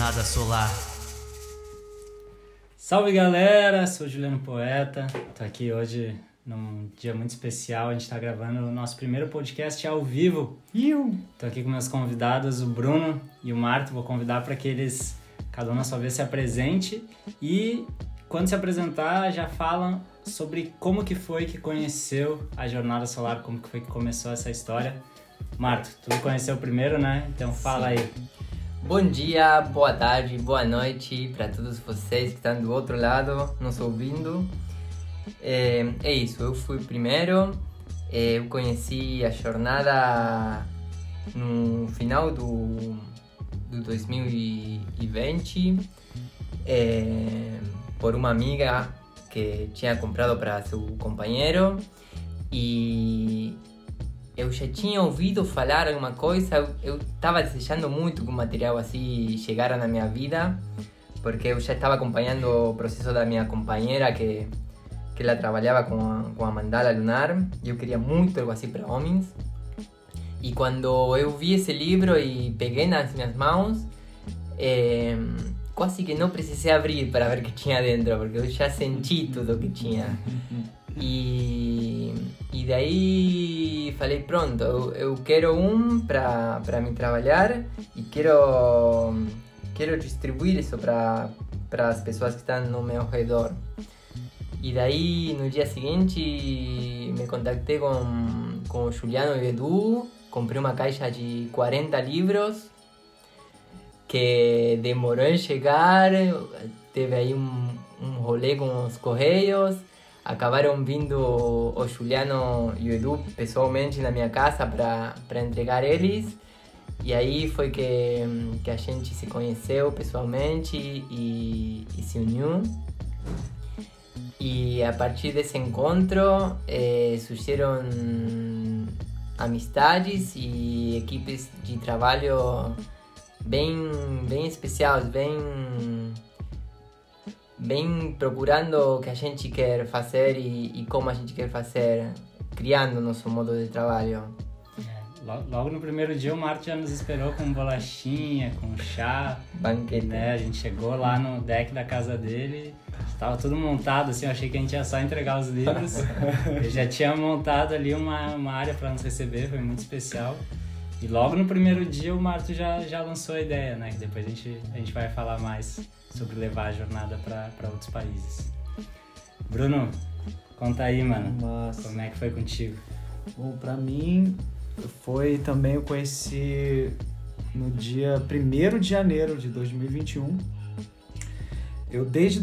Jornada Solar. Salve galera, sou Juliano Poeta, tô aqui hoje num dia muito especial, a gente tá gravando o nosso primeiro podcast ao vivo. Tô aqui com meus convidados, o Bruno e o Marto, vou convidar para que eles, cada um na sua vez, se apresente e quando se apresentar já falam sobre como que foi que conheceu a Jornada Solar, como que foi que começou essa história. Marto, tu conheceu primeiro, né? Então fala aí. Bom dia, boa tarde, boa noite para todos vocês que estão do outro lado nos ouvindo. É isso, eu fui primeiro, eu conheci a jornada no final do 2020 por uma amiga que tinha comprado para seu companheiro e eu já tinha ouvido falar alguma coisa, eu estava desejando muito que o material assim chegara na minha vida, porque eu já estava acompanhando o processo da minha companheira que ela trabalhava com a mandala lunar e eu queria muito algo assim para homens. E quando eu vi esse livro e peguei nas minhas mãos, quase que não precisei abrir para ver o que tinha dentro, porque eu já senti tudo o que tinha. E daí falei, pronto, eu quero um para me trabalhar e quero distribuir isso para as pessoas que estão no meu redor. E daí no dia seguinte me contactei com o Juliano e o Edu, comprei uma caixa de 40 livros que demorou em chegar, teve aí um rolê com os correios. Acabaram vindo o Juliano e o Edu pessoalmente na minha casa para entregar eles. E aí foi que a gente se conheceu pessoalmente e se uniu. E a partir desse encontro surgiram amizades e equipes de trabalho bem especiais, bem procurando o que a gente quer fazer e como a gente quer fazer, criando nosso modo de trabalho. Logo no primeiro dia o Marto já nos esperou com bolachinha, com chá. Banquete. Né? A gente chegou lá no deck da casa dele, estava tudo montado, assim, eu achei que a gente ia só entregar os livros. Ele já tinha montado ali uma área para nos receber, foi muito especial. E logo no primeiro dia o Marto já lançou a ideia, né? Que depois a gente vai falar mais sobre levar a jornada para outros países. Bruno, conta aí, mano. Massa. Como é que foi contigo? Bom, pra mim foi também, eu conheci no dia 1º de janeiro de 2021. Eu desde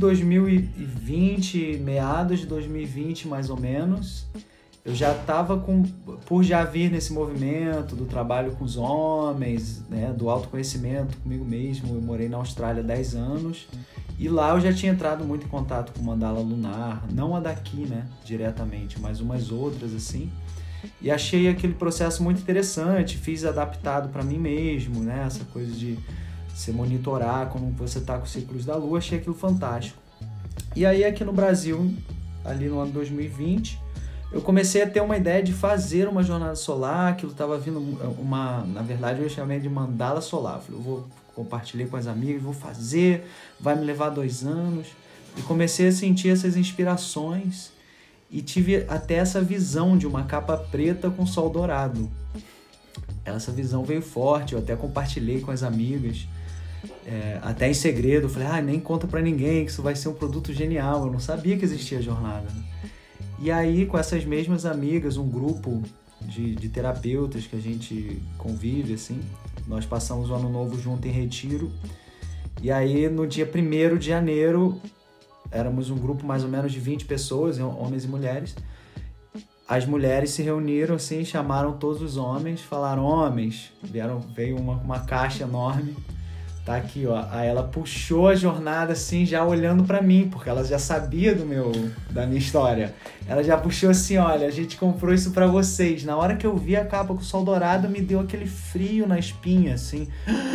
2020, meados de 2020 mais ou menos, eu já estava por já vir nesse movimento do trabalho com os homens, né, do autoconhecimento comigo mesmo. Eu morei na Austrália há 10 anos e lá eu já tinha entrado muito em contato com mandala lunar, não a daqui, né, diretamente, mas umas outras assim. E achei aquele processo muito interessante, fiz adaptado para mim mesmo, né, essa coisa de você monitorar como você está com os ciclos da lua, achei aquilo fantástico. E aí aqui no Brasil, ali no ano 2020, eu comecei a ter uma ideia de fazer uma jornada solar, aquilo estava vindo na verdade eu chamei de mandala solar. Eu falei, eu vou compartilhar com as amigas, vou fazer, vai me levar 2 anos. E comecei a sentir essas inspirações e tive até essa visão de uma capa preta com sol dourado. Essa visão veio forte, eu até compartilhei com as amigas, até em segredo. Eu falei, nem conta pra ninguém que isso vai ser um produto genial. Eu não sabia que existia a jornada, né? E aí, com essas mesmas amigas, um grupo de terapeutas que a gente convive, assim, nós passamos o ano novo junto em retiro. E aí, no dia 1º de janeiro, éramos um grupo mais ou menos de 20 pessoas, homens e mulheres. As mulheres se reuniram, assim, chamaram todos os homens, falaram, homens, veio uma caixa enorme. Tá aqui, ó. Aí ela puxou a jornada assim, já olhando pra mim, porque ela já sabia da minha história. Ela já puxou assim, olha, a gente comprou isso pra vocês. Na hora que eu vi a capa com o sol dourado, me deu aquele frio na espinha, assim.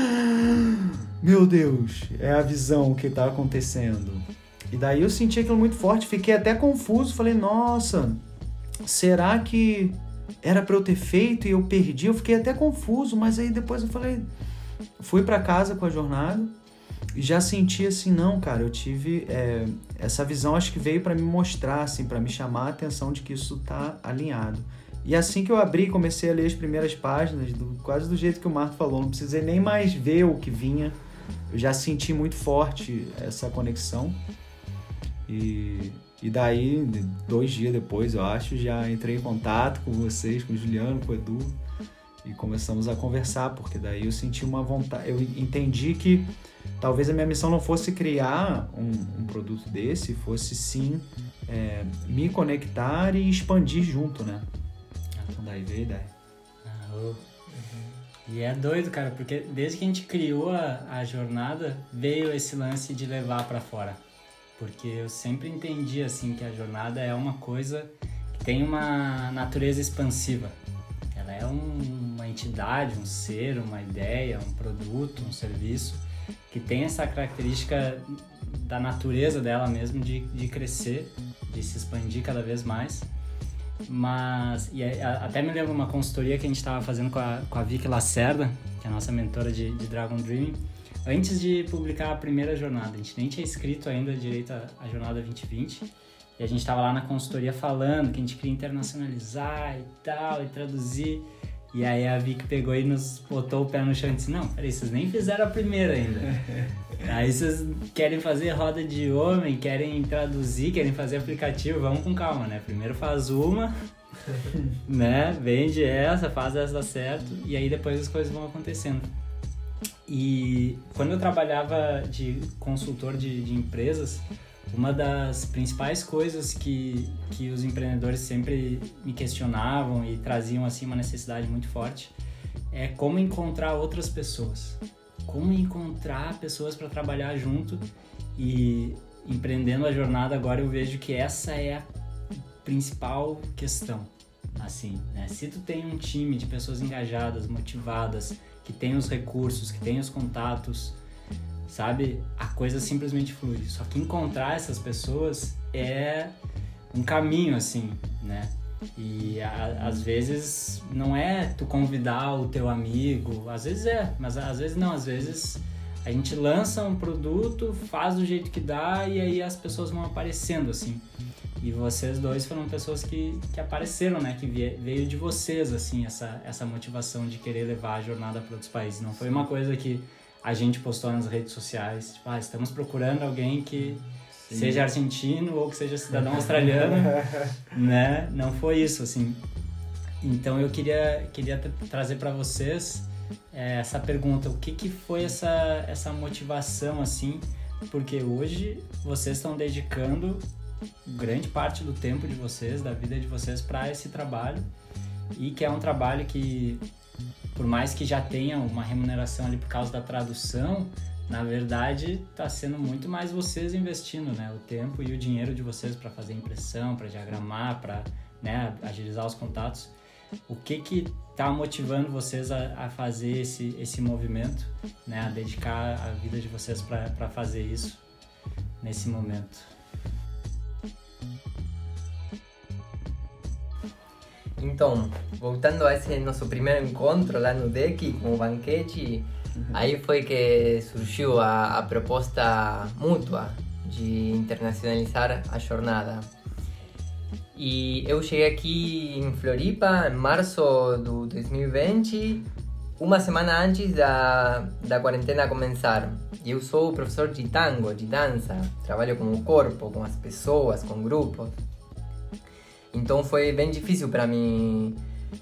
Meu Deus, é a visão que tá acontecendo. E daí eu senti aquilo muito forte, fiquei até confuso, falei, nossa, será que era pra eu ter feito e eu perdi? Eu fiquei até confuso, mas aí depois eu falei... Fui para casa com a jornada já senti assim, não, cara, eu tive essa visão, acho que veio para me mostrar, assim, para me chamar a atenção de que isso tá alinhado. E assim que eu abri, comecei a ler as primeiras páginas, quase do jeito que o Marco falou, não precisei nem mais ver o que vinha, eu já senti muito forte essa conexão. E daí, 2 dias depois, eu acho, já entrei em contato com vocês, com o Juliano, com o Edu, e começamos a conversar, porque daí eu senti uma vontade, eu entendi que talvez a minha missão não fosse criar um produto desse, fosse sim me conectar e expandir junto, né? Então daí veio a ideia. E é doido, cara, porque desde que a gente criou a jornada, veio esse lance de levar pra fora. Porque eu sempre entendi, assim, que a jornada é uma coisa que tem uma natureza expansiva. Ela é uma entidade, um ser, uma ideia, um produto, um serviço, que tem essa característica da natureza dela mesmo de crescer, de se expandir cada vez mais. Mas, e até me lembro uma consultoria que a gente estava fazendo com a Vicky Lacerda, que é a nossa mentora de Dragon Dreaming, antes de publicar a primeira jornada. A gente nem tinha escrito ainda direito a jornada 2020, e a gente estava lá na consultoria falando que a gente queria internacionalizar e tal, e traduzir. E aí a Vicky pegou e nos botou o pé no chão e disse, não, peraí, vocês nem fizeram a primeira ainda. Aí vocês querem fazer roda de homem, querem traduzir, querem fazer aplicativo, vamos com calma, né? Primeiro faz uma, né? Vende essa, faz essa certo, e aí depois as coisas vão acontecendo. E quando eu trabalhava de consultor de empresas, uma das principais coisas que os empreendedores sempre me questionavam e traziam assim uma necessidade muito forte é como encontrar outras pessoas. Como encontrar pessoas para trabalhar junto. E empreendendo a jornada agora eu vejo que essa é a principal questão. Assim, né? Se tu tem um time de pessoas engajadas, motivadas, que tem os recursos, que tem os contatos, sabe? A coisa simplesmente flui. Só que encontrar essas pessoas é um caminho, assim, né? E às vezes não é tu convidar o teu amigo, às vezes mas às vezes não, às vezes a gente lança um produto, faz do jeito que dá e aí as pessoas vão aparecendo, assim. E vocês dois foram pessoas que apareceram, né? Que veio de vocês, assim, essa motivação de querer levar a jornada para outros países. Não foi uma coisa que a gente postou nas redes sociais, tipo, estamos procurando alguém que seja argentino ou que seja cidadão australiano, né? Não foi isso, assim. Então eu queria trazer para vocês essa pergunta, o que foi essa motivação, assim, porque hoje vocês estão dedicando grande parte do tempo de vocês, da vida de vocês para esse trabalho, e que é um trabalho que, por mais que já tenha uma remuneração ali por causa da tradução, na verdade está sendo muito mais vocês investindo, né, o tempo e o dinheiro de vocês para fazer impressão, para diagramar, para, né, agilizar os contatos. O que está motivando vocês a fazer esse movimento, né, a dedicar a vida de vocês para fazer isso nesse momento? Então, voltando a esse nosso primeiro encontro lá no DEC com o banquete, aí foi que surgiu a proposta mútua de internacionalizar a jornada. E eu cheguei aqui em Floripa em março de 2020, uma semana antes da quarentena começar. E eu sou professor de tango, de dança, trabalho com o corpo, com as pessoas, com grupos. Então foi bem difícil para mim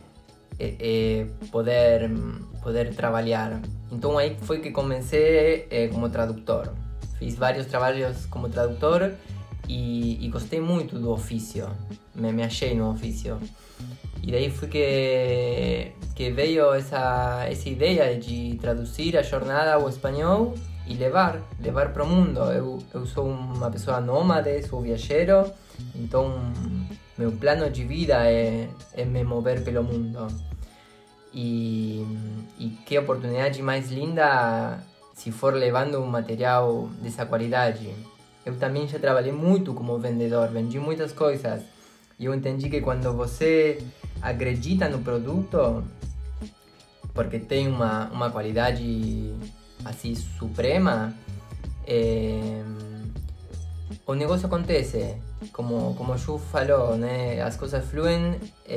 poder trabalhar. Então aí foi que comecei como tradutor. Fiz vários trabalhos como tradutor e gostei muito do ofício. Me achei no ofício. E daí foi que veio essa ideia de traduzir a jornada ao espanhol e levar para o mundo. Eu sou uma pessoa nômade, sou viajeiro, então meu plano de vida é me mover pelo mundo. E que oportunidade mais linda se for levando um material dessa qualidade. Eu também já trabalhei muito como vendedor, vendi muitas coisas. E eu entendi que quando você acredita no produto, porque tem uma qualidade assim suprema, o negócio acontece, como o Ju falou, né? As coisas fluem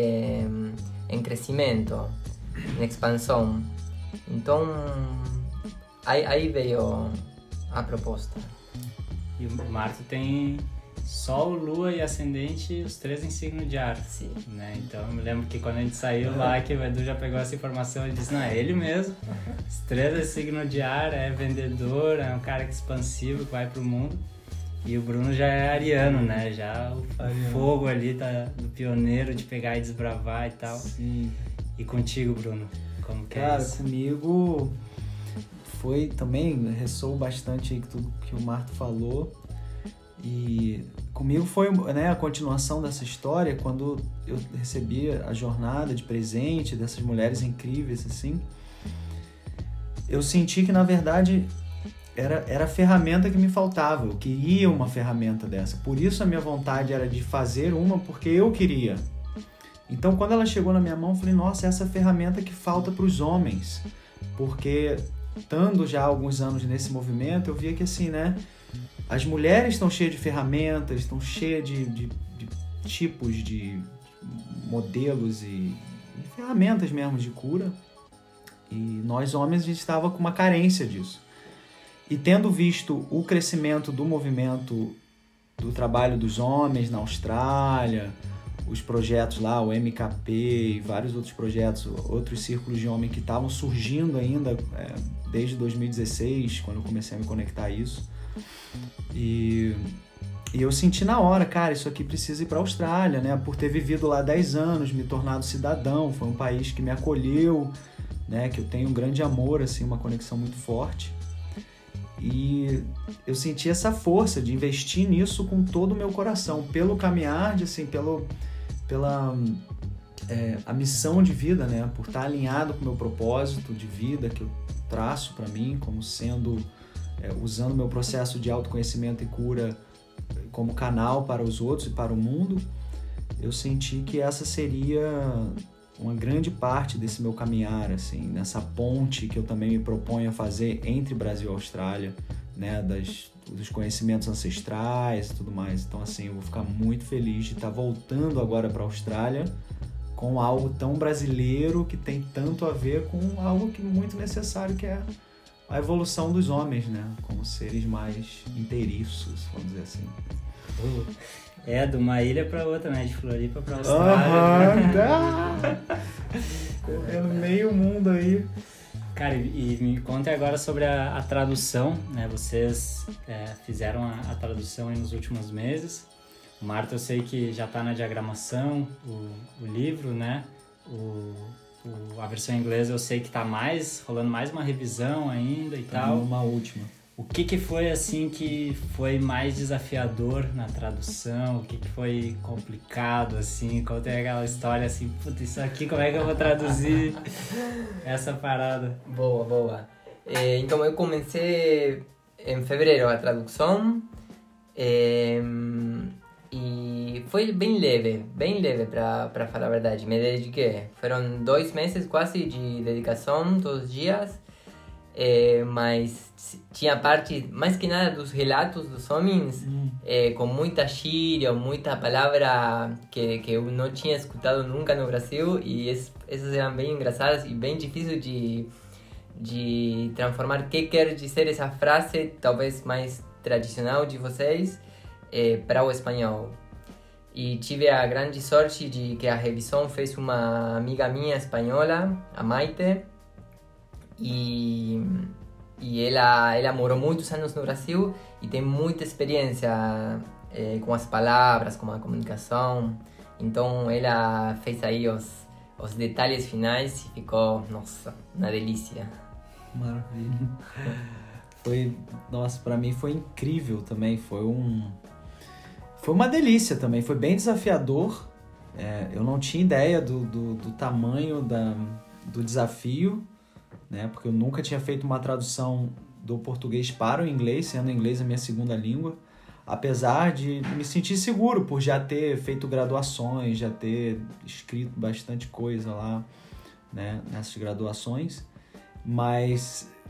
em crescimento, em expansão. Então, aí veio a proposta. E o Marto tem Sol, Lua e Ascendente, os 3 em signo de ar. Sim. Né? Então eu me lembro que quando a gente saiu lá, que o Edu já pegou essa informação e disse, não, é ele mesmo. Os 3 é signo de ar, é vendedor, é um cara expansivo que vai pro mundo. E o Bruno já é ariano, né? Já o fogo ali do pioneiro de pegar e desbravar e tal. Sim. E contigo, Bruno, como que Cara, é isso? comigo foi também, ressoou bastante aí tudo que o Marto falou. E comigo foi, né, a continuação dessa história, quando eu recebi a jornada de presente dessas mulheres incríveis, assim. Eu senti que, na verdade, era a ferramenta que me faltava. Eu queria uma ferramenta dessa. Por isso a minha vontade era de fazer uma, porque eu queria. Então, quando ela chegou na minha mão, eu falei, nossa, essa é a ferramenta que falta para os homens. Porque, estando já há alguns anos nesse movimento, eu via que, assim, né, as mulheres estão cheias de ferramentas, estão cheias de tipos, de modelos e ferramentas mesmo de cura. E nós, homens, a gente estava com uma carência disso. E tendo visto o crescimento do movimento do trabalho dos homens na Austrália, os projetos lá, o MKP e vários outros projetos, outros círculos de homem que estavam surgindo ainda desde 2016, quando eu comecei a me conectar a isso. E eu senti na hora, cara, isso aqui precisa ir para a Austrália, né? Por ter vivido lá 10 anos, me tornado cidadão, foi um país que me acolheu, né? Que eu tenho um grande amor, assim, uma conexão muito forte. E eu senti essa força de investir nisso com todo o meu coração, pelo caminhar, assim, pela a missão de vida, né? Por estar alinhado com o meu propósito de vida que eu traço para mim, como sendo, usando o meu processo de autoconhecimento e cura como canal para os outros e para o mundo. Eu senti que essa seria uma grande parte desse meu caminhar, assim, nessa ponte que eu também me proponho a fazer entre Brasil e Austrália, né, dos conhecimentos ancestrais e tudo mais. Então, assim, eu vou ficar muito feliz de estar voltando agora para a Austrália com algo tão brasileiro que tem tanto a ver com algo que é muito necessário, que é a evolução dos homens, né, como seres mais inteiriços, vamos dizer assim. De uma ilha pra outra, né? De Floripa pra Austrália. Correndo meio mundo aí. Cara, e me conta agora sobre a tradução, né? Vocês fizeram a tradução aí nos últimos meses. O Marta, eu sei que já tá na diagramação, o livro, né? A versão inglesa eu sei que tá rolando mais uma revisão ainda e tal. Uma última. O que foi, assim, que foi mais desafiador na tradução? O que foi complicado, assim? Conta aí aquela história, assim, puta, isso aqui, como é que eu vou traduzir essa parada? Boa. Então, eu comecei em fevereiro a tradução e foi bem leve para falar a verdade. Me dediquei. Foram 2 meses quase de dedicação todos os dias. Mas tinha parte, mais que nada, dos relatos dos homens, com muita gíria, muita palavra que eu não tinha escutado nunca no Brasil, e essas eram bem engraçadas e bem difíceis de transformar o que quer dizer essa frase, talvez mais tradicional de vocês, para o espanhol. E tive a grande sorte de que a revisão fez uma amiga minha espanhola, a Maite, e ela morou muitos anos no Brasil e tem muita experiência com as palavras, com a comunicação. Então ela fez aí os detalhes finais e ficou, nossa, uma delícia. Maravilha. Nossa, pra mim foi incrível também, foi uma delícia também, foi bem desafiador. Eu não tinha ideia do tamanho do desafio, né? Porque eu nunca tinha feito uma tradução do português para o inglês, sendo o inglês a minha segunda língua, apesar de me sentir seguro por já ter feito graduações, já ter escrito bastante coisa lá, né, nessas graduações, mas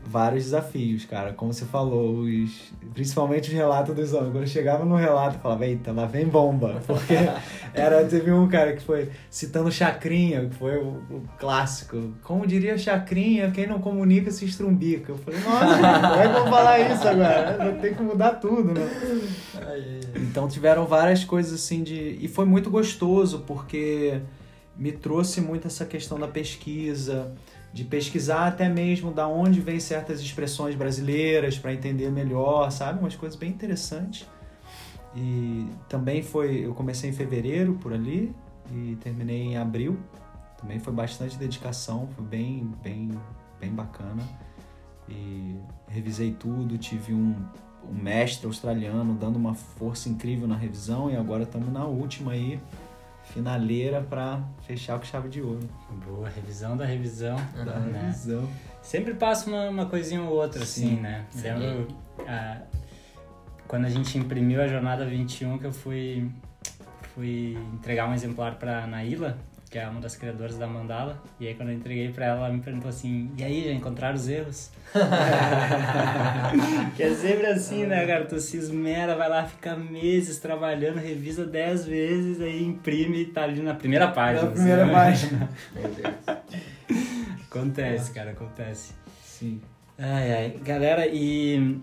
vários desafios, cara. Como você falou, principalmente os relatos dos homens. Quando eu chegava no relato, eu falava, eita, lá vem bomba. Porque teve um cara que foi citando Chacrinha, que foi o clássico. Como diria Chacrinha, quem não comunica se estrumbica. Eu falei, nossa, como é que eu vou falar isso agora? Vou ter que mudar tudo, né? Então tiveram várias coisas assim E foi muito gostoso, porque me trouxe muito essa questão da pesquisa, de pesquisar até mesmo da onde vem certas expressões brasileiras para entender melhor, sabe? Umas coisas bem interessantes. E também eu comecei em fevereiro por ali e terminei em abril. Também foi bastante dedicação, foi bem bacana. E revisei tudo, tive um mestre australiano dando uma força incrível na revisão e agora estamos na última aí, finaleira para fechar com chave de ouro. Boa, revisão da revisão. Revisão. Sempre passa uma coisinha ou outra, assim, né? Sim. Lembro quando a gente imprimiu a Jornada 21, que eu fui entregar um exemplar pra Naila, que é uma das criadoras da Mandala, e aí quando eu entreguei pra ela, ela me perguntou assim, e aí, já encontraram os erros? Que é sempre assim, né, cara? Tu se esmera, vai lá, fica meses trabalhando, revisa 10 vezes, aí imprime e tá ali na primeira página. Na primeira página. Meu Deus. Acontece, cara, acontece. Sim. Ai, galera, e...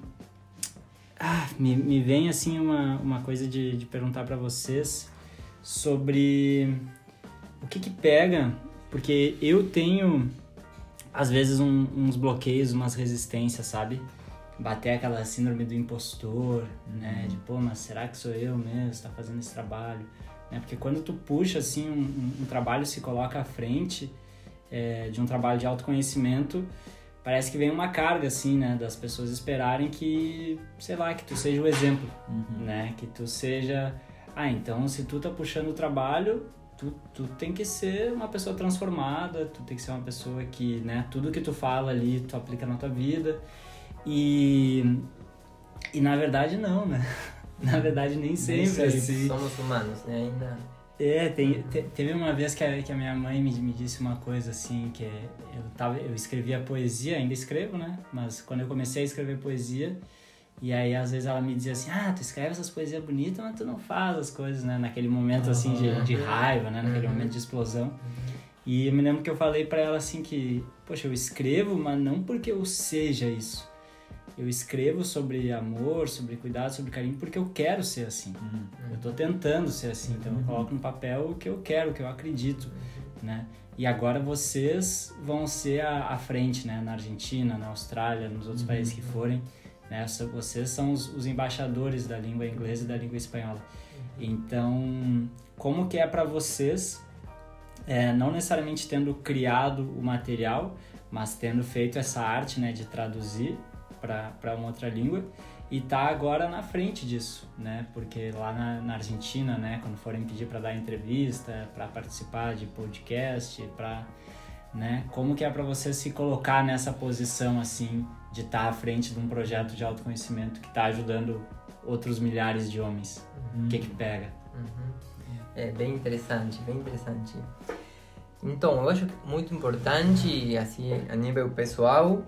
me vem, assim, uma coisa de perguntar pra vocês sobre o que pega, porque eu tenho, às vezes, uns bloqueios, umas resistências, sabe? Bater aquela síndrome do impostor, né? De, pô, mas será que sou eu mesmo que tá fazendo esse trabalho? Né? Porque quando tu puxa, assim, um trabalho, se coloca à frente de um trabalho de autoconhecimento, parece que vem uma carga, assim, né? Das pessoas esperarem que, sei lá, que tu seja o exemplo, né? Que tu seja... então se tu tá puxando o trabalho, tu tem que ser uma pessoa transformada, tu tem que ser uma pessoa que, né? Tudo que tu fala ali, tu aplica na tua vida. E na verdade, não, né? Na verdade, nem sempre, assim. Somos humanos, né? Ainda... teve uma vez que a minha mãe me disse uma coisa assim, que eu escrevia poesia, ainda escrevo, né? Mas quando eu comecei a escrever poesia, e aí às vezes ela me dizia assim, tu escreve essas poesias bonitas, mas tu não faz as coisas, né? Naquele momento assim de raiva, né? Naquele momento de explosão. E eu me lembro que eu falei pra ela assim que, poxa, eu escrevo, mas não porque eu seja isso. Eu escrevo sobre amor, sobre cuidado, sobre carinho, porque eu quero ser assim. Eu tô tentando ser assim, então eu coloco no papel o que eu quero, o que eu acredito, né? E agora vocês vão ser à frente, né? Na Argentina, na Austrália, nos outros países que forem, né? Vocês são os embaixadores da língua inglesa e da língua espanhola. Então, como que é para vocês, não necessariamente tendo criado o material, mas tendo feito essa arte, né? De traduzir para uma outra língua e tá agora na frente disso, né? Porque lá na Argentina, né, quando forem pedir para dar entrevista, para participar de podcast, né, como que é para você se colocar nessa posição assim de estar à frente de um projeto de autoconhecimento que está ajudando outros milhares de homens? O que pega? É bem interessante, bem interessante. Então, eu acho muito importante, assim, a nível pessoal,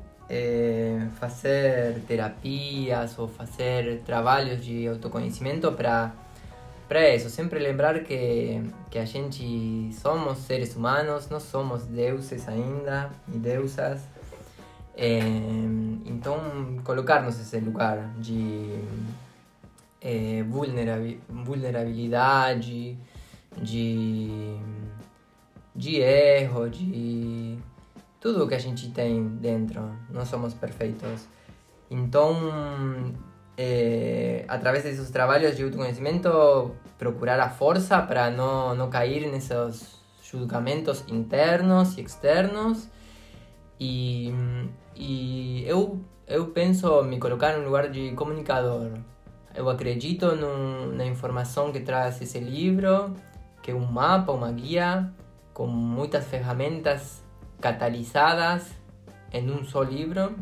fazer terapias ou fazer trabalhos de autoconhecimento para isso, sempre lembrar que a gente somos seres humanos, não somos deuses ainda, e deusas, então colocar-nos nesse lugar de vulnerabilidade, de erro, de tudo que a gente tem dentro, não somos perfeitos. Então, através desses trabalhos de autoconhecimento, procurar a força para não cair nesses julgamentos internos e externos. E eu penso me colocar no lugar de comunicador. Eu acredito na informação que traz esse livro, que é um mapa, uma guia, com muitas ferramentas catalizadas em um só livro,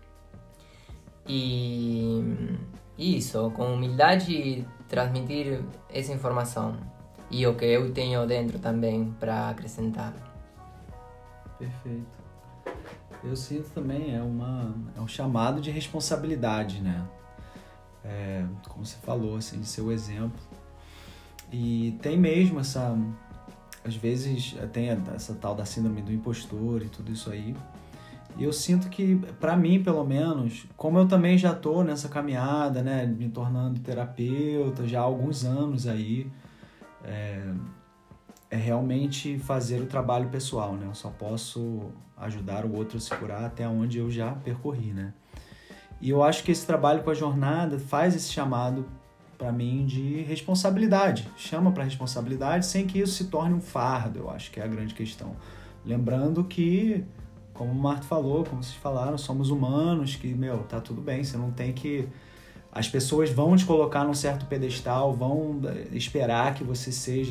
e isso, com humildade, transmitir essa informação e o que eu tenho dentro também para acrescentar. Perfeito. Eu sinto também, é um chamado de responsabilidade, né? Como você falou, assim, de ser o exemplo. E tem mesmo às vezes tem essa tal da síndrome do impostor e tudo isso aí. E eu sinto que, para mim, pelo menos, como eu também já tô nessa caminhada, né, me tornando terapeuta já há alguns anos aí, é realmente fazer o trabalho pessoal, né? Eu só posso ajudar o outro a se curar até onde eu já percorri, né? E eu acho que esse trabalho com a jornada faz esse chamado para mim de responsabilidade. Chama para responsabilidade sem que isso se torne um fardo, eu acho que é a grande questão. Lembrando que, como o Marto falou, como vocês falaram, somos humanos, que, tá tudo bem, você não tem que... As pessoas vão te colocar num certo pedestal, vão esperar que você seja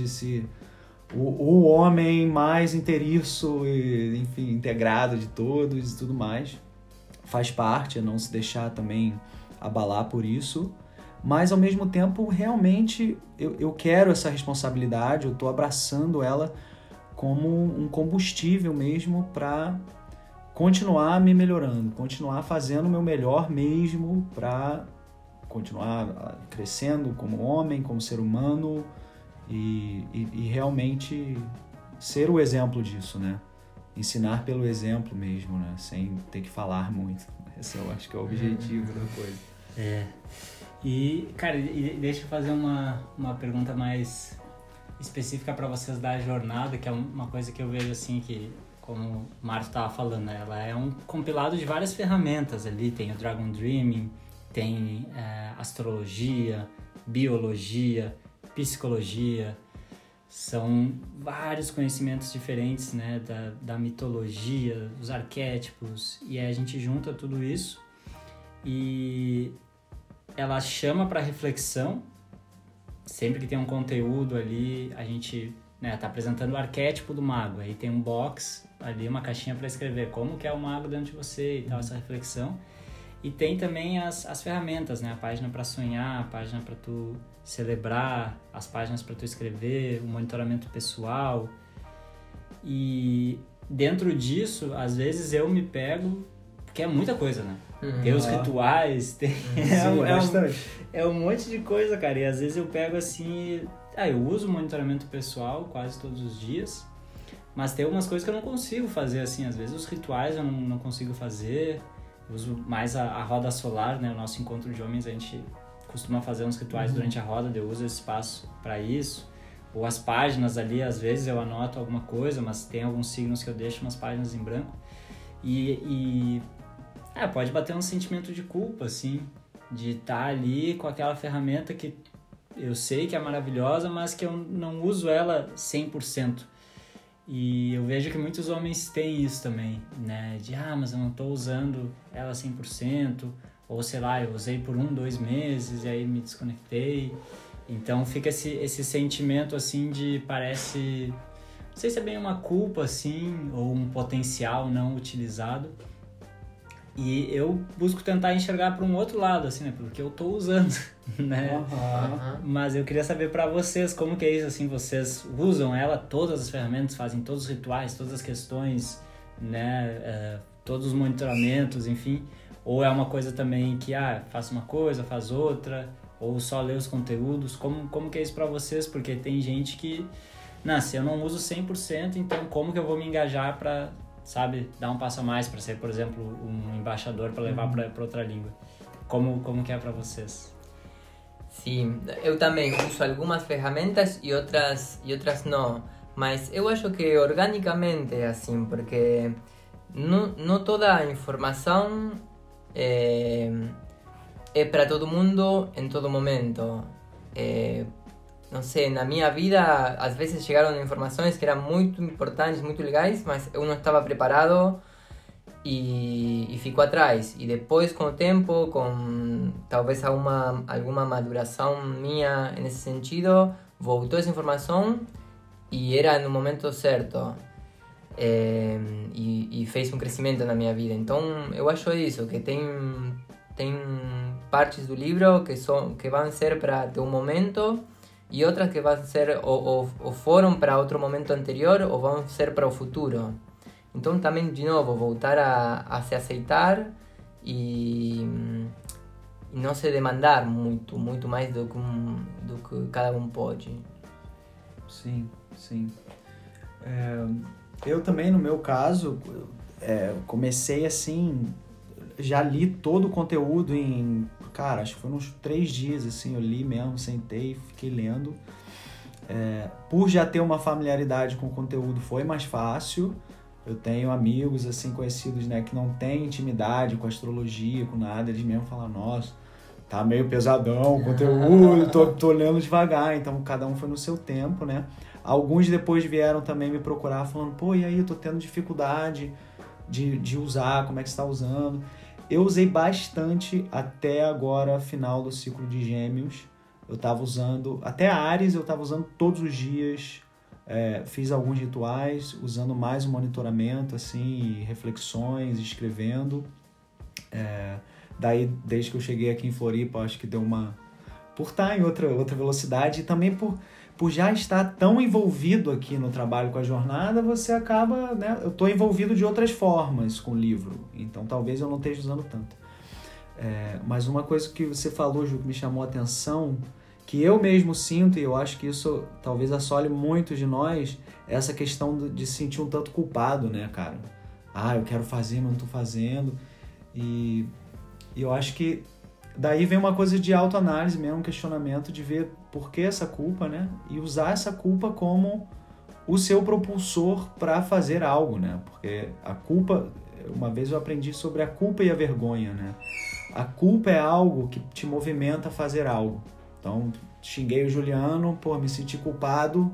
o homem mais inteiriço e, enfim, integrado de todos e tudo mais. Faz parte, não se deixar também abalar por isso. Mas, ao mesmo tempo, realmente, eu quero essa responsabilidade, eu estou abraçando ela como um combustível mesmo para continuar me melhorando, continuar fazendo o meu melhor mesmo para continuar crescendo como homem, como ser humano e realmente ser o exemplo disso, né? Ensinar pelo exemplo mesmo, né? Sem ter que falar muito. Esse eu acho que é o objetivo da coisa. E, cara, deixa eu fazer uma pergunta mais específica para vocês da jornada, que é uma coisa que eu vejo assim que, como o Marco estava falando, né? Ela é um compilado de várias ferramentas ali. Tem o Dragon Dreaming, tem astrologia, biologia, psicologia. São vários conhecimentos diferentes, né? Da mitologia, dos arquétipos. E aí a gente junta tudo isso e ela chama para reflexão. Sempre que tem um conteúdo ali, a gente tá apresentando o arquétipo do mago. Aí tem um box ali, uma caixinha para escrever como que é o mago dentro de você e tal, essa reflexão. E tem também as ferramentas, né? A página para sonhar, a página para tu celebrar, as páginas para tu escrever, o monitoramento pessoal. E dentro disso, às vezes eu me pego, porque é muita coisa, né? Tem os rituais, tem... é um monte de coisa, cara. E às vezes eu pego assim... eu uso o monitoramento pessoal quase todos os dias, mas tem algumas coisas que eu não consigo fazer, assim. Às vezes os rituais eu não consigo fazer. Eu uso mais a roda solar, né? O nosso encontro de homens, a gente costuma fazer uns rituais durante a roda, eu uso esse espaço para isso. Ou as páginas ali, às vezes eu anoto alguma coisa, mas tem alguns signos que eu deixo umas páginas em branco. Pode bater um sentimento de culpa, assim, de estar ali com aquela ferramenta que eu sei que é maravilhosa, mas que eu não uso ela 100%. E eu vejo que muitos homens têm isso também, né? De, mas eu não estou usando ela 100%, ou sei lá, eu usei por 2 meses e aí me desconectei. Então fica esse sentimento, assim, de parece... Não sei se é bem uma culpa, assim, ou um potencial não utilizado. E eu busco tentar enxergar para um outro lado, assim, né? Porque eu tô usando, né? Mas eu queria saber para vocês, como que é isso, assim? Vocês usam ela, todas as ferramentas, fazem todos os rituais, todas as questões, né? Todos os monitoramentos, enfim. Ou é uma coisa também que, faz uma coisa, faz outra, ou só lê os conteúdos. Como que é isso para vocês? Porque tem gente que, se eu não uso 100%, então como que eu vou me engajar para... sabe, dar um passo a mais para ser, por exemplo, um embaixador para levar para outra língua. Como que é para vocês? Sim, eu também uso algumas ferramentas e outras não, mas eu acho que organicamente é assim, porque não toda a informação é para todo mundo em todo momento. Não sei, na minha vida, às vezes chegaram informações que eram muito importantes, muito legais, mas eu não estava preparado e ficou atrás. E depois, com o tempo, com talvez alguma maduração minha nesse sentido, voltou essa informação e era no momento certo. E fez um crescimento na minha vida. Então, eu acho isso, que tem partes do livro que vão ser para teu momento, e outras que vão ser ou foram para outro momento anterior ou vão ser para o futuro. Então também, de novo, voltar a se aceitar e não se demandar muito mais do que cada um pode. Sim. Eu também, no meu caso, comecei assim, já li todo o conteúdo em, cara, acho que foi uns 3 dias, assim, eu li mesmo, sentei, fiquei lendo. Por já ter uma familiaridade com o conteúdo, foi mais fácil. Eu tenho amigos, assim, conhecidos, né, que não têm intimidade com astrologia, com nada, eles mesmo falam, nossa, tá meio pesadão o conteúdo, tô lendo devagar, então cada um foi no seu tempo, né. Alguns depois vieram também me procurar falando, pô, e aí, eu tô tendo dificuldade de usar, como é que você tá usando? Eu usei bastante até agora, final do ciclo de Gêmeos. Eu tava usando, até Áries eu tava usando todos os dias, fiz alguns rituais, usando mais o monitoramento, assim, reflexões, escrevendo. Daí, desde que eu cheguei aqui em Floripa, acho que deu por estar em outra velocidade e também por já estar tão envolvido aqui no trabalho com a jornada, você acaba, né? Eu estou envolvido de outras formas com o livro, então talvez eu não esteja usando tanto. Mas uma coisa que você falou, Ju, que me chamou a atenção, que eu mesmo sinto, e eu acho que isso talvez assole muitos de nós, é essa questão de se sentir um tanto culpado, né, cara? Eu quero fazer, mas não estou fazendo. E eu acho que daí vem uma coisa de autoanálise mesmo, um questionamento de ver por que essa culpa, né? E usar essa culpa como o seu propulsor para fazer algo, né? Porque a culpa, uma vez eu aprendi sobre a culpa e a vergonha, né? A culpa é algo que te movimenta a fazer algo. Então, xinguei o Juliano, me senti culpado,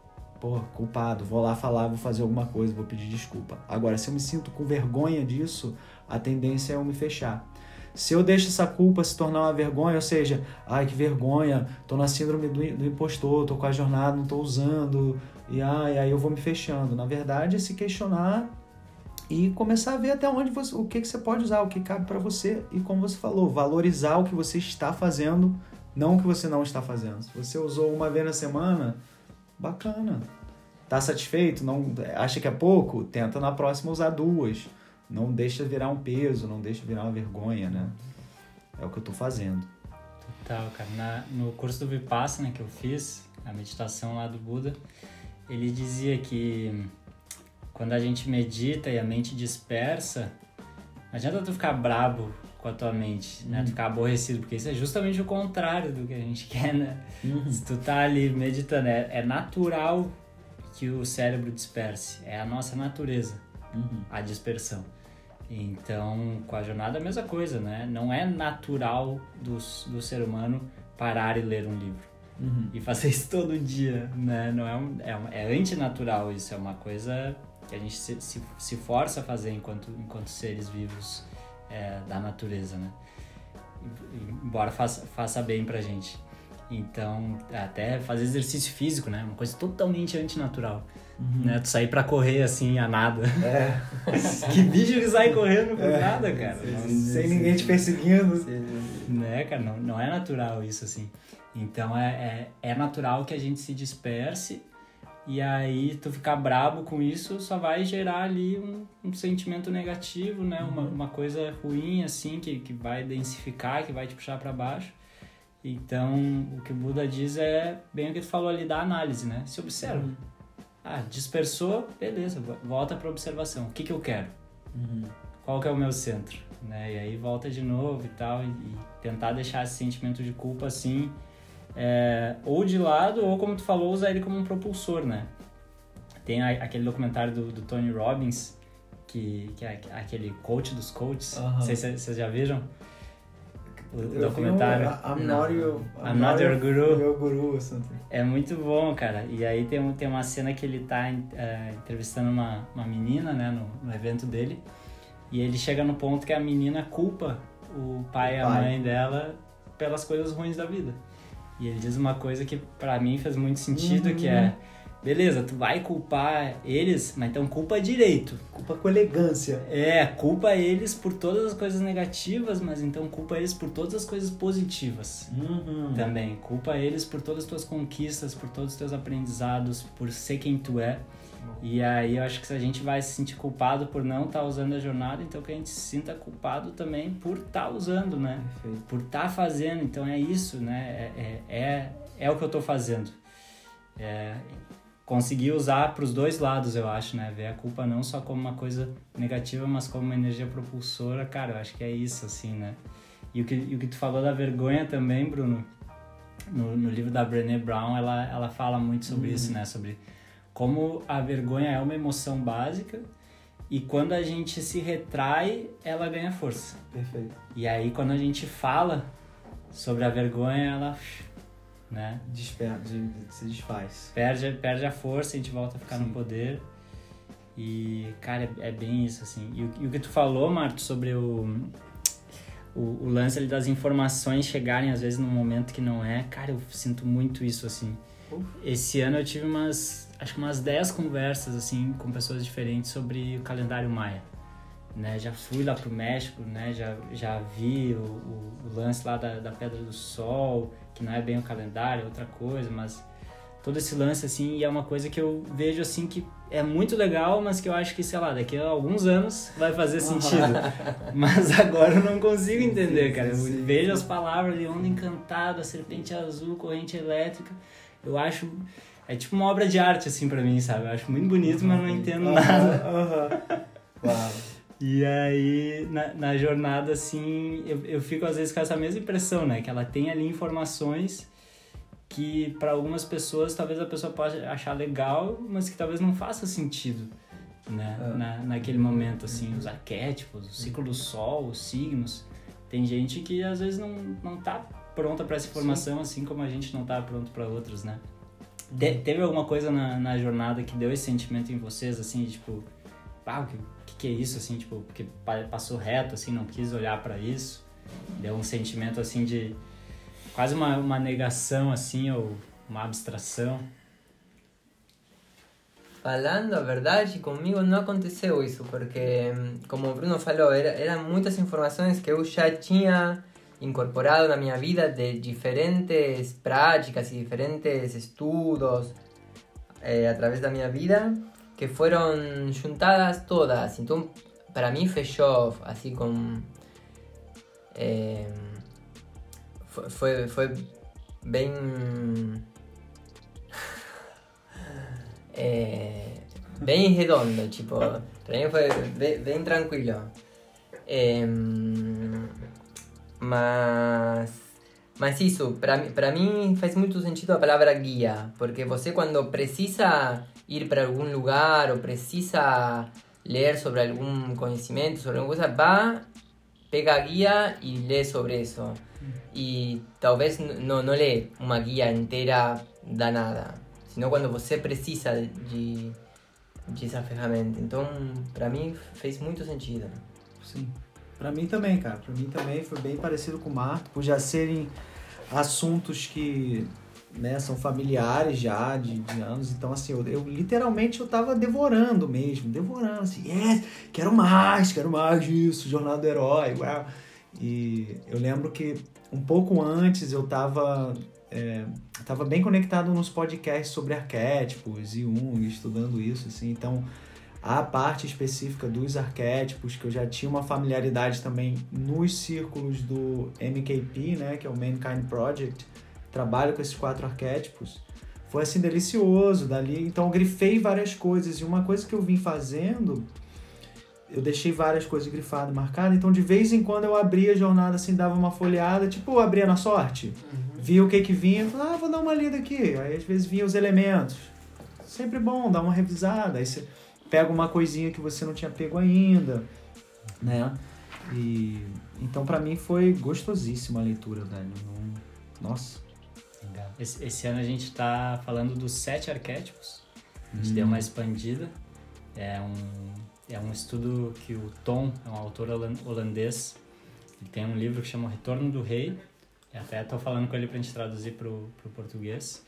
vou lá falar, vou fazer alguma coisa, vou pedir desculpa. Agora, se eu me sinto com vergonha disso, a tendência é eu me fechar. Se eu deixo essa culpa se tornar uma vergonha, ou seja, que vergonha, tô na síndrome do impostor, tô com a jornada, não tô usando, e aí eu vou me fechando. Na verdade, é se questionar e começar a ver até onde o que você pode usar, o que cabe para você, e como você falou, valorizar o que você está fazendo, não o que você não está fazendo. Se você usou uma vez na semana, bacana. Tá satisfeito? Não, acha que é pouco? Tenta na próxima usar 2. Não deixa virar um peso, não deixa virar uma vergonha, né? É o que eu tô fazendo. Total, cara. No curso do Vipassana que eu fiz, a meditação lá do Buda, ele dizia que quando a gente medita e a mente dispersa, não adianta tu ficar brabo com a tua mente, né? Tu ficar aborrecido, porque isso é justamente o contrário do que a gente quer, né? Se tu tá ali meditando, é natural que o cérebro disperse, é a nossa natureza, a dispersão. Então, com a jornada é a mesma coisa, né? Não é natural do ser humano parar e ler um livro. E fazer isso todo dia, né? Não é antinatural isso, é uma coisa que a gente se força a fazer enquanto seres vivos da natureza, né? Embora faça bem pra gente. Então, até fazer exercício físico, né? Uma coisa totalmente antinatural. Né? Tu sair pra correr assim, a nada. Que bicho que sai correndo por nada, cara. Sem ninguém te perseguindo. Né, cara? Não é natural isso, assim. Então, é natural que a gente se disperse e aí tu ficar brabo com isso só vai gerar ali um sentimento negativo, né? Uma coisa ruim, assim, que vai densificar, que vai te puxar pra baixo. Então, o que o Buda diz é bem o que tu falou ali da análise, né? Se observa. Dispersou, beleza, volta pra observação. O que eu quero? Qual que é o meu centro? Né? E aí volta de novo e tal, e tentar deixar esse sentimento de culpa assim, ou de lado, ou como tu falou, usar ele como um propulsor, né? Tem aquele documentário do Tony Robbins, que é aquele coach dos coaches, não sei se vocês já viram. O documentário. I'm not your guru. Your guru, something. É muito bom, cara. E aí tem uma cena que ele tá entrevistando uma menina, né, no evento dele. E ele chega no ponto que a menina culpa o pai e a mãe dela pelas coisas ruins da vida. E ele diz uma coisa que pra mim fez muito sentido, que é beleza, tu vai culpar eles, mas então culpa direito. Culpa com elegância. Culpa eles por todas as coisas negativas, mas então culpa eles por todas as coisas positivas. Também. Culpa eles por todas as tuas conquistas, por todos os teus aprendizados, por ser quem tu é. E aí eu acho que se a gente vai se sentir culpado por não estar usando a jornada, então que a gente se sinta culpado também por estar usando, né? Perfeito. Por estar fazendo. Então é isso, né? É o que eu estou fazendo. Conseguir usar para os dois lados, eu acho, né? Ver a culpa não só como uma coisa negativa, mas como uma energia propulsora. Cara, eu acho que é isso, assim, né? E o que tu falou da vergonha também, Bruno, no livro da Brené Brown, ela fala muito sobre isso, né? Sobre como a vergonha é uma emoção básica e quando a gente se retrai, ela ganha força. Perfeito. E aí, quando a gente fala sobre a vergonha, ela... né? Se desfaz. Perde a força, a gente volta a ficar no poder. E, cara, é bem isso, assim. E o que tu falou, Marto, sobre o lance ali das informações chegarem, às vezes, num momento que não é. Cara, eu sinto muito isso, assim. Esse ano eu tive acho que umas 10 conversas, assim, com pessoas diferentes sobre o calendário maia. Né? Já fui lá pro México, né? Já vi o lance lá da Pedra do Sol, que não é bem o calendário, é outra coisa, mas todo esse lance, assim, e é uma coisa que eu vejo, assim, que é muito legal, mas que eu acho que, sei lá, daqui a alguns anos vai fazer sentido. Mas agora eu não consigo entender, cara. Eu vejo as palavras ali, onda encantada, serpente azul, corrente elétrica. Eu acho... É tipo uma obra de arte, assim, pra mim, sabe? Eu acho muito bonito, mas não entendo nada. Uau. E aí, na jornada, assim, eu fico às vezes com essa mesma impressão, né? Que ela tem ali informações que para algumas pessoas, talvez a pessoa possa achar legal, mas que talvez não faça sentido, né? Naquele momento, assim, os arquétipos, o ciclo do sol, os signos. Tem gente que às vezes não tá pronta para essa informação, assim como a gente não tá pronto para outros, né? Teve alguma coisa na jornada que deu esse sentimento em vocês, assim, de, tipo, o que é isso, assim, tipo, porque passou reto, assim, não quis olhar para isso, deu um sentimento, assim, de quase uma negação, assim, ou uma abstração? Falando a verdade, comigo não aconteceu isso, porque, como o Bruno falou, eram muitas informações que eu já tinha incorporado na minha vida de diferentes práticas e diferentes estudos através da minha vida, que foram juntadas todas. Então, para mim, fechou assim com... Foi bem... bem redondo, tipo, para mim foi bem tranquilo. Mas isso, para mim faz muito sentido a palavra guia, porque você quando precisa ir para algum lugar ou precisa ler sobre algum conhecimento, sobre alguma coisa, vá, pega a guia e lê sobre isso. E talvez não lê uma guia inteira danada, senão quando você precisa de essa ferramenta. Então, para mim fez muito sentido. Sim. Pra mim também, cara. Pra mim também foi bem parecido com o Marto, por já serem assuntos que, né, são familiares já de anos. Então, assim, eu literalmente eu tava devorando mesmo. Devorando, assim, quero mais disso, Jornada do Herói, uau. E eu lembro que um pouco antes eu tava bem conectado nos podcasts sobre arquétipos e Jung, estudando isso, assim. Então, a parte específica dos arquétipos, que eu já tinha uma familiaridade também nos círculos do MKP, né, que é o Mankind Project, trabalho com esses 4 arquétipos, foi assim delicioso dali. Então eu grifei várias coisas, e uma coisa que eu vim fazendo, eu deixei várias coisas grifadas, marcadas, então de vez em quando eu abria a jornada assim, dava uma folheada, tipo eu abria na sorte, via o que vinha, falava, vou dar uma lida aqui, aí às vezes vinha os elementos, sempre bom dar uma revisada, aí você pega uma coisinha que você não tinha pego ainda, né? E então pra mim foi gostosíssima a leitura, velho. Nossa. Legal. Esse ano a gente tá falando dos 7 arquétipos. A gente deu uma expandida. É um estudo que o Tom, é um autor holandês, ele tem um livro que chama O Retorno do Rei. Até tô falando com ele pra gente traduzir pro português.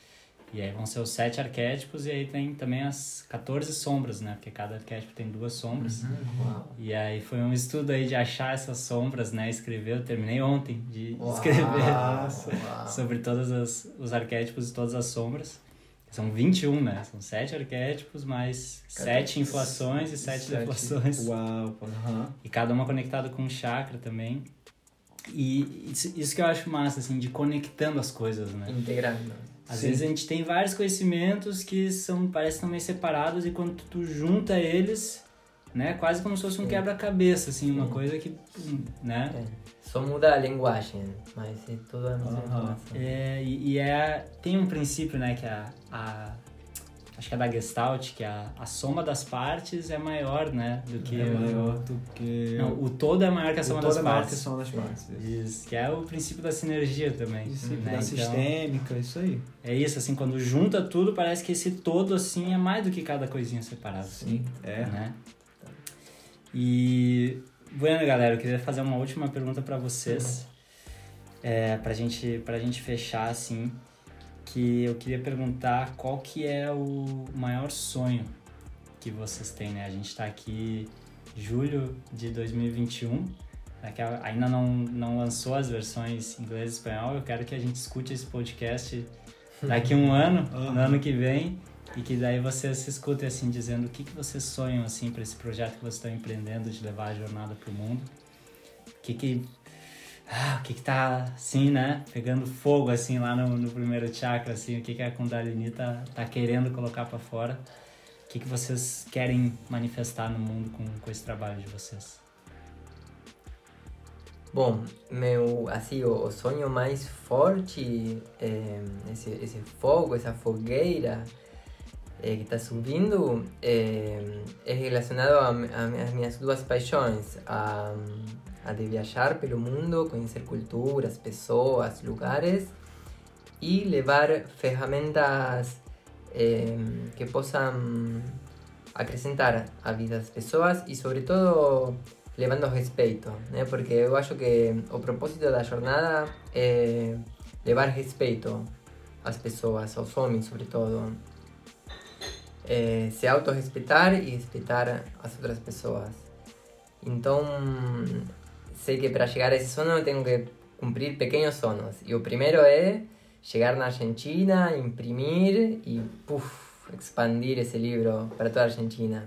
E aí vão ser os 7 arquétipos e aí tem também as 14 sombras, né? Porque cada arquétipo tem 2 sombras. Uau. E aí foi um estudo aí de achar essas sombras, né? Eu terminei ontem de escrever Uau. sobre todos os arquétipos e todas as sombras. São 21, né? São 7 arquétipos, mais 7 inflações e 7 deflações. Uau, E cada uma conectada com um chakra também. E isso que eu acho massa, assim, de conectando as coisas, né? Integrando. Às vezes a gente tem vários conhecimentos que parecem tão meio separados e quando tu junta eles, né? Quase como se fosse um quebra-cabeça, assim, uma coisa que, né? Só muda a linguagem, mas é tudo a mesma informação. Tem um princípio, né, que acho que é da Gestalt, que a soma das partes é maior, né, do que... É maior do que... Não, o todo é maior que a soma das partes. O todo é maior que a soma das partes. Isso, que é o princípio da sinergia também. Princípio né? da sistêmica, isso aí. É isso, assim, quando junta tudo, parece que esse todo, assim, é mais do que cada coisinha separada. Sim, Né? E... Bueno, galera, eu queria fazer uma última pergunta para vocês, pra gente fechar, assim, que eu queria perguntar qual que é o maior sonho que vocês têm, né? A gente tá aqui em julho de 2021, né, que ainda não lançou as versões inglês e espanhol. Eu quero que a gente escute esse podcast daqui a um ano, no ano que vem, e que daí vocês se escutem, assim, dizendo o que vocês sonham, assim, para esse projeto que vocês estão empreendendo de levar a jornada pro mundo. O que tá, assim, né, pegando fogo, assim, lá no primeiro chakra, assim, o que a Kundalini tá querendo colocar para fora. O que vocês querem manifestar no mundo com esse trabalho de vocês? Bom, o sonho mais forte, esse fogo, essa fogueira que está subindo, é relacionado às minhas duas paixões, a de viajar pelo mundo, conhecer culturas, pessoas, lugares e levar ferramentas que possam acrescentar a vida das pessoas e, sobretudo, levando respeito, né? Porque eu acho que o propósito da jornada é levar respeito às pessoas, aos homens, sobretudo. Se autorrespeitar e respeitar as outras pessoas. Então, sei que para chegar a esse sonho eu tenho que cumprir pequenos sonhos. E o primeiro é chegar na Argentina, imprimir e expandir esse livro para toda a Argentina.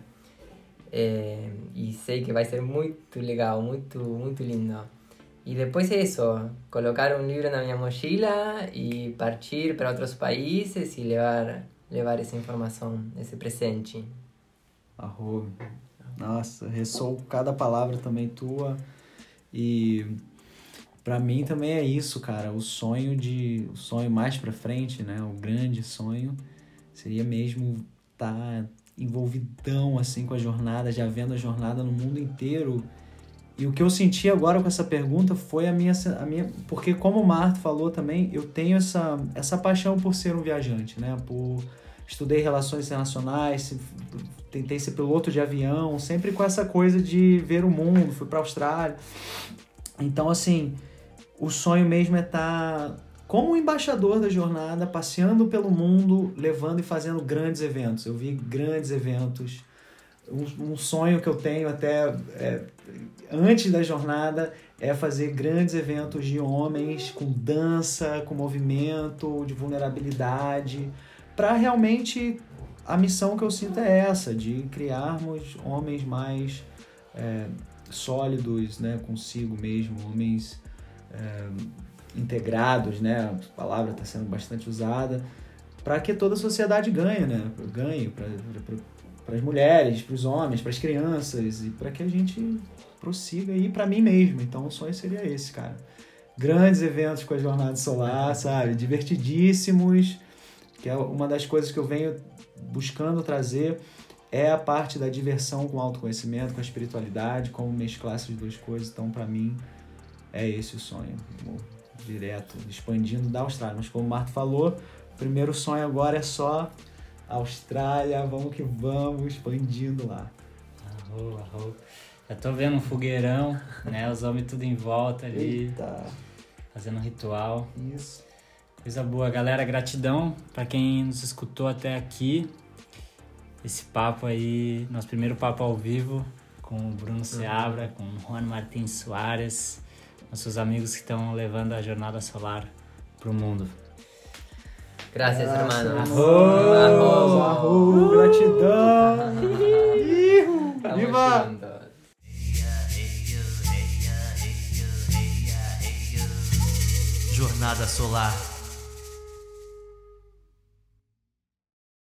E sei que vai ser muito legal, muito, muito lindo. E depois é isso, colocar um livro na minha mochila e partir para outros países e levar essa informação, esse presente. Arroba. Nossa, ressoou cada palavra também tua. E pra mim também é isso, cara. O sonho mais pra frente, né? O grande sonho seria mesmo estar envolvidão assim com a jornada, já vendo a jornada no mundo inteiro. E o que eu senti agora com essa pergunta foi a minha porque como o Marto falou também, eu tenho essa paixão por ser um viajante, né? Estudei relações internacionais, tentei ser piloto de avião, sempre com essa coisa de ver o mundo, fui para a Austrália. Então, assim, o sonho mesmo é estar como um embaixador da jornada, passeando pelo mundo, levando e fazendo grandes eventos. Eu vi grandes eventos. Um sonho que eu tenho até antes da jornada é fazer grandes eventos de homens com dança, com movimento, de vulnerabilidade, para realmente a missão que eu sinto é essa, de criarmos homens mais sólidos, né, consigo mesmo, homens integrados, né, a palavra está sendo bastante usada, para que toda a sociedade ganhe, né, ganhe para as mulheres, para os homens, para as crianças e para que a gente prossiga aí para mim mesmo. Então o sonho seria esse, cara. Grandes eventos com a Jornada Solar, sabe, divertidíssimos, que é uma das coisas que eu venho buscando trazer, é a parte da diversão com o autoconhecimento, com a espiritualidade, como mesclar essas duas coisas. Então, para mim, é esse o sonho, direto, expandindo da Austrália. Mas como o Marto falou, o primeiro sonho agora é só Austrália, vamos que vamos, expandindo lá. Arrou. Já tô vendo um fogueirão, né, os homens tudo em volta ali, Eita. fazendo um ritual. Isso. Coisa boa, galera. Gratidão para quem nos escutou até aqui. Esse papo aí, nosso primeiro papo ao vivo com o Bruno Seabra, com o Juan Martins Soares, nossos amigos que estão levando a jornada solar pro mundo. Gracias, hermano. Arro, gratidão. Viva! Jornada Solar.